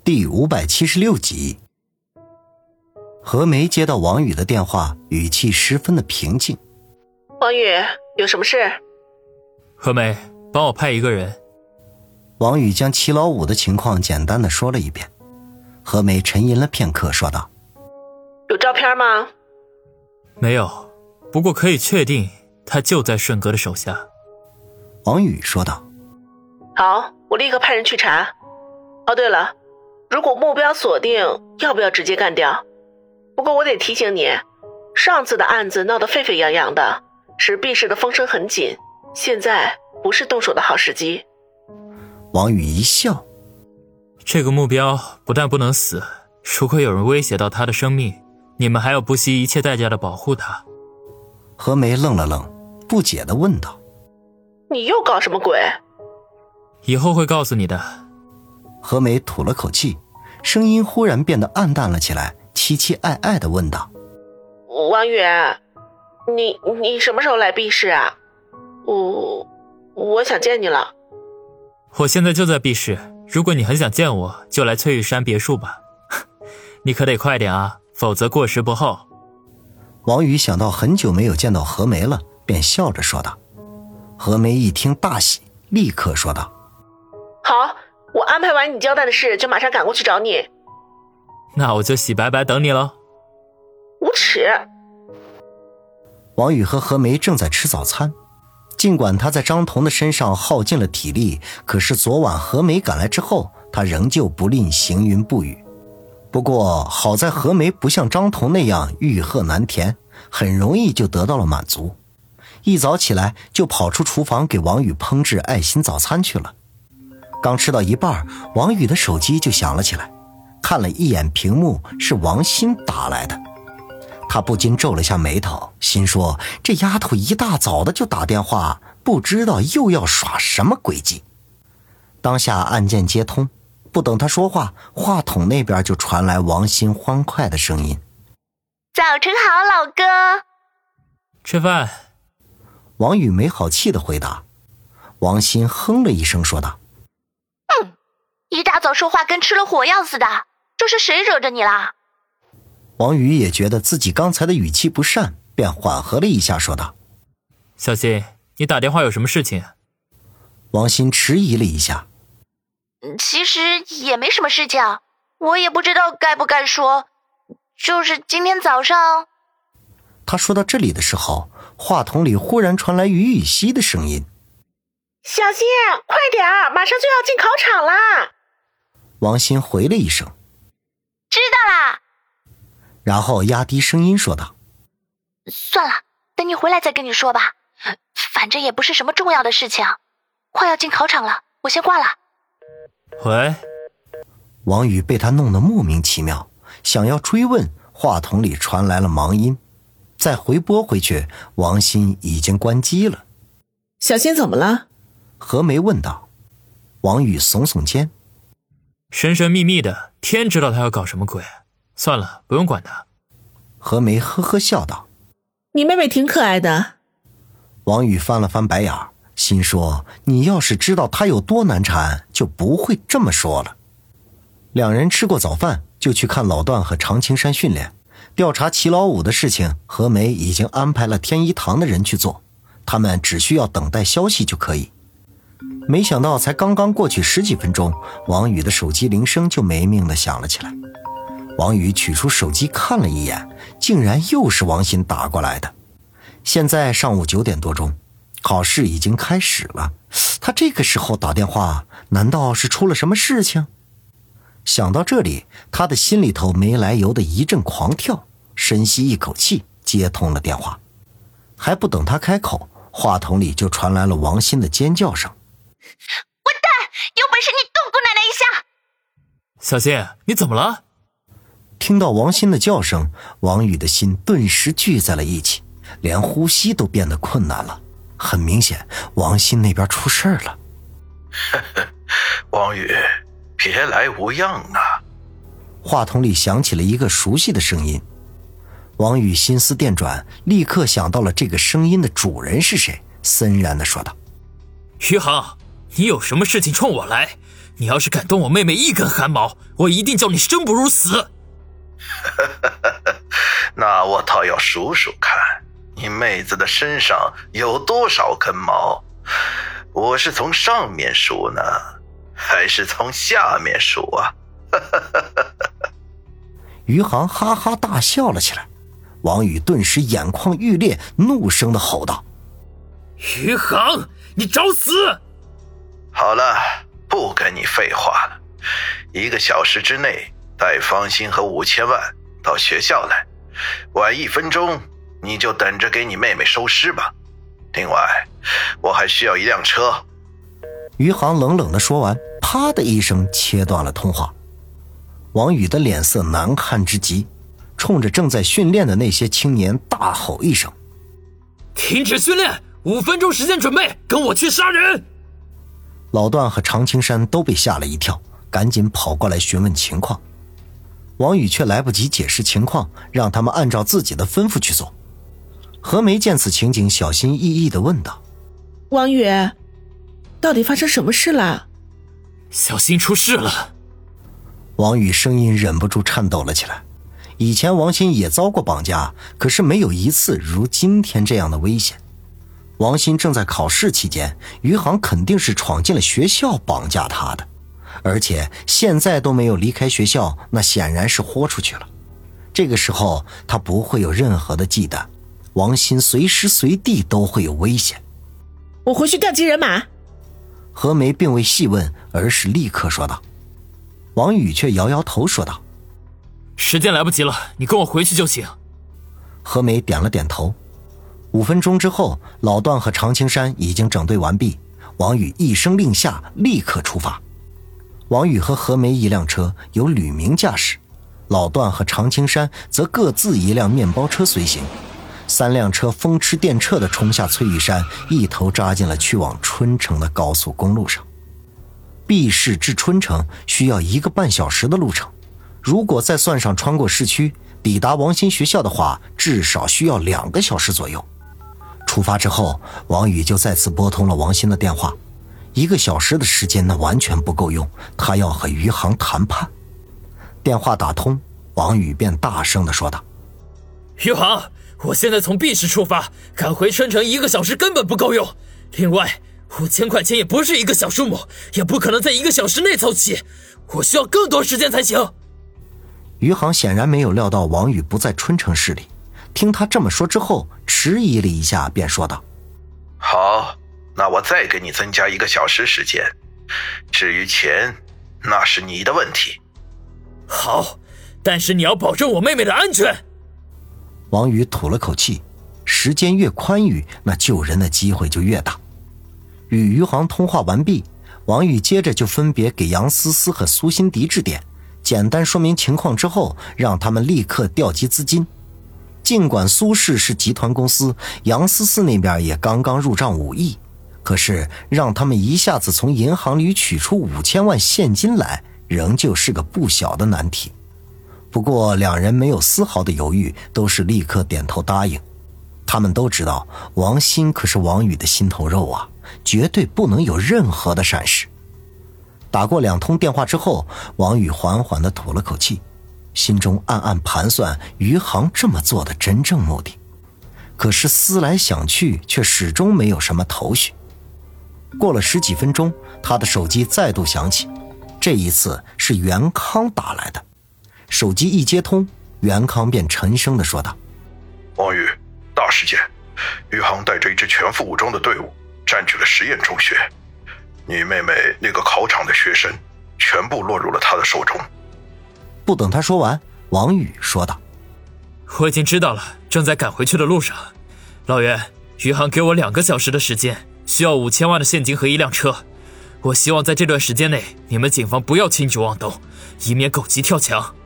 第576集。何梅接到王宇的电话，语气十分的平静。 王宇，有什么事？ 何梅，帮我派一个人。 王宇将齐老五的情况简单的说了一遍。何梅沉吟了片刻，说道： 有照片吗？ 没有，不过可以确定他就在顺哥的手下。 王宇说道： 好，我立刻派人去查。哦对了，如果目标锁定，要不要直接干掉？不过我得提醒你，上次的案子闹得沸沸扬扬的，使毕氏的风声很紧，现在不是动手的好时机。 王宇一笑： 这个目标不但不能死，如果有人威胁到他的生命，你们还要不惜一切代价的保护他。 何梅愣了愣，不解地问道： 你又搞什么鬼？ 以后会告诉你的。 何梅吐了口气，声音忽然变得暗淡了起来，凄凄爱爱地问道： 王宇，你什么时候来毕氏啊？我想见你了。 我现在就在毕氏，如果你很想见我，就来翠玉山别墅吧。你可得快点啊，否则过时不候。 王宇想到很久没有见到何梅了，便笑着说道。何梅一听大喜，立刻说道： 好，我安排完你交代的事，就马上赶过去找你。 那我就洗白白等你了。 无耻！ 王宇和何梅正在吃早餐，尽管他在张彤的身上耗尽了体力，可是昨晚何梅赶来之后，他仍旧不吝行云布雨。不过好在何梅不像张彤那样欲壑难填，很容易就得到了满足。一早起来就跑出厨房给王宇烹制爱心早餐去了。刚吃到一半，王宇的手机就响了起来，看了一眼屏幕，是王鑫打来的。他不禁皱了下眉头，心说这丫头一大早的就打电话，不知道又要耍什么诡计。当下按键接通，不等他说话，话筒那边就传来王鑫欢快的声音： 早晨好，老哥。 吃饭。 王宇没好气地回答。王鑫哼了一声说道： 一大早说话跟吃了火药似的，这是谁惹着你啦？ 王宇也觉得自己刚才的语气不善，便缓和了一下说道： 小新，你打电话有什么事情？ 王鑫迟疑了一下： 其实也没什么事情，我也不知道该不该说，就是今天早上。 他说到这里的时候，话筒里忽然传来于雨溪的声音： 小新，快点，马上就要进考场啦！ 王鑫回了一声： 知道啦。 然后压低声音说道： 算了，等你回来再跟你说吧，反正也不是什么重要的事情，快要进考场了，我先挂了。 喂。 王宇被他弄得莫名其妙，想要追问，话筒里传来了忙音，再回拨回去，王鑫已经关机了。 小新怎么了？ 何梅问道。王宇耸耸肩： 神神秘秘的，天知道他要搞什么鬼，算了，不用管他。 何梅呵呵笑道： 你妹妹挺可爱的。 王宇翻了翻白眼，心说你要是知道她有多难缠，就不会这么说了。两人吃过早饭，就去看老段和常青山训练。调查齐老五的事情，何梅已经安排了天一堂的人去做，他们只需要等待消息就可以。没想到才刚刚过去10几分钟，王宇的手机铃声就没命地响了起来。王宇取出手机看了一眼，竟然又是王鑫打过来的。现在上午9点多钟，考试已经开始了，他这个时候打电话，难道是出了什么事情？想到这里，他的心里头没来由的一阵狂跳，深吸一口气，接通了电话。还不等他开口，话筒里就传来了王鑫的尖叫声： 混蛋，有本事你动姑奶奶一下！ 小新，你怎么了？ 听到王鑫的叫声，王宇的心顿时聚在了一起，连呼吸都变得困难了。很明显，王鑫那边出事了。 王宇，别来无恙啊！ 话筒里响起了一个熟悉的声音。王宇心思电转，立刻想到了这个声音的主人是谁，森然地说道： 余杭，你有什么事情冲我来？ 你要是敢动我妹妹一根汗毛，我一定叫你生不如死。 那我倒要数数看，你妹子的身上有多少根毛？我是从上面数呢，还是从下面数啊？ 余杭哈哈大笑了起来。王宇顿时眼眶欲裂，怒声地吼道： 余杭，你找死！ 好了，不跟你废话了。1个小时之内带方心和5000万到学校来，晚1分钟你就等着给你妹妹收尸吧。另外，我还需要1辆车。 余杭冷冷地说完，啪的一声切断了通话。王宇的脸色难看之极，冲着正在训练的那些青年大吼一声： 停止训练，5分钟时间准备，跟我去杀人！ 老段和常青山都被吓了一跳，赶紧跑过来询问情况。王宇却来不及解释情况，让他们按照自己的吩咐去做。何梅见此情景，小心翼翼地问道： 王宇，到底发生什么事了？ 小心出事了。 王宇声音忍不住颤抖了起来。以前王鑫也遭过绑架，可是没有一次如今天这样的危险。王鑫正在考试期间，余杭肯定是闯进了学校绑架他的，而且现在都没有离开学校，那显然是豁出去了。这个时候他不会有任何的忌惮，王鑫随时随地都会有危险。 我回去调集人马。 何梅并未细问，而是立刻说道。王宇却摇摇头说道： 时间来不及了，你跟我回去就行。 何梅点了点头。5分钟之后，老段和常青山已经整队完毕，王宇一声令下，立刻出发。王宇和何梅1辆车由吕明驾驶，老段和常青山则各自1辆面包车随行。3辆车风驰电掣地冲下翠玉山，一头扎进了去往春城的高速公路上。毕市至春城需要1个半小时的路程，如果再算上穿过市区，抵达王鑫学校的话，至少需要2个小时左右。出发之后，王宇就再次拨通了王鑫的电话。1个小时的时间那完全不够用，他要和余杭谈判。电话打通，王宇便大声地说道： 余杭，我现在从毕市出发，赶回春城1个小时根本不够用。另外，5000块钱也不是一个小数目，也不可能在1个小时内凑齐，我需要更多时间才行。 余杭显然没有料到王宇不在春城市里，听他这么说之后，迟疑了一下，便说道： 好，那我再给你增加1个小时时间，至于钱，那是你的问题。 好，但是你要保证我妹妹的安全。 王宇吐了口气，时间越宽裕，那救人的机会就越大。与余杭通话完毕，王宇接着就分别给杨思思和苏辛迪致电，简单说明情况之后，让他们立刻调集资金。尽管苏氏是集团公司，杨思思那边也刚刚入账5亿，可是让他们一下子从银行里取出5000万现金来，仍旧是个不小的难题。不过两人没有丝毫的犹豫，都是立刻点头答应。他们都知道王鑫可是王宇的心头肉啊，绝对不能有任何的闪失。打过2通电话之后，王宇缓缓地吐了口气，心中暗暗盘算余杭这么做的真正目的。可是思来想去，却始终没有什么头绪。过了10几分钟，他的手机再度响起，这一次是袁康打来的。手机一接通，袁康便沉声地说道： 王宇，大事件，余杭带着一支全副武装的队伍占据了实验中学，你妹妹那个考场的学生全部落入了他的手中。 不等他说完，王宇说道： 我已经知道了，正在赶回去的路上。老袁，余杭给我2个小时的时间，需要5000万的现金和1辆车。我希望在这段时间内，你们警方不要轻举妄动，以免狗急跳墙。